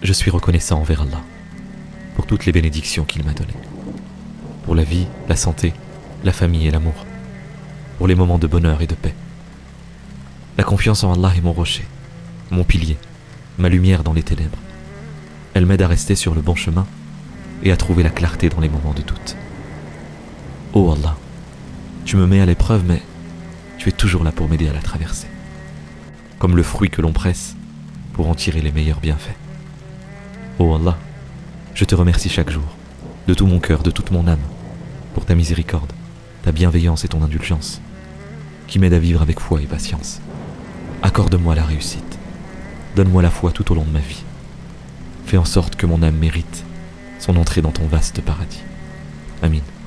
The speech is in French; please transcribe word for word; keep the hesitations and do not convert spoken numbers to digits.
Je suis reconnaissant envers Allah pour toutes les bénédictions qu'il m'a données, pour la vie, la santé, la famille et l'amour, pour les moments de bonheur et de paix. La confiance en Allah est mon rocher, mon pilier, ma lumière dans les ténèbres. Elle m'aide à rester sur le bon chemin et à trouver la clarté dans les moments de doute. Oh Allah, tu me mets à l'épreuve, mais tu es toujours là pour m'aider à la traverser, comme le fruit que l'on presse pour en tirer les meilleurs bienfaits. Oh Allah, je te remercie chaque jour, de tout mon cœur, de toute mon âme, pour ta miséricorde, ta bienveillance et ton indulgence, qui m'aident à vivre avec foi et patience. Accorde-moi la réussite, donne-moi la foi tout au long de ma vie. Fais en sorte que mon âme mérite son entrée dans ton vaste paradis. Amin.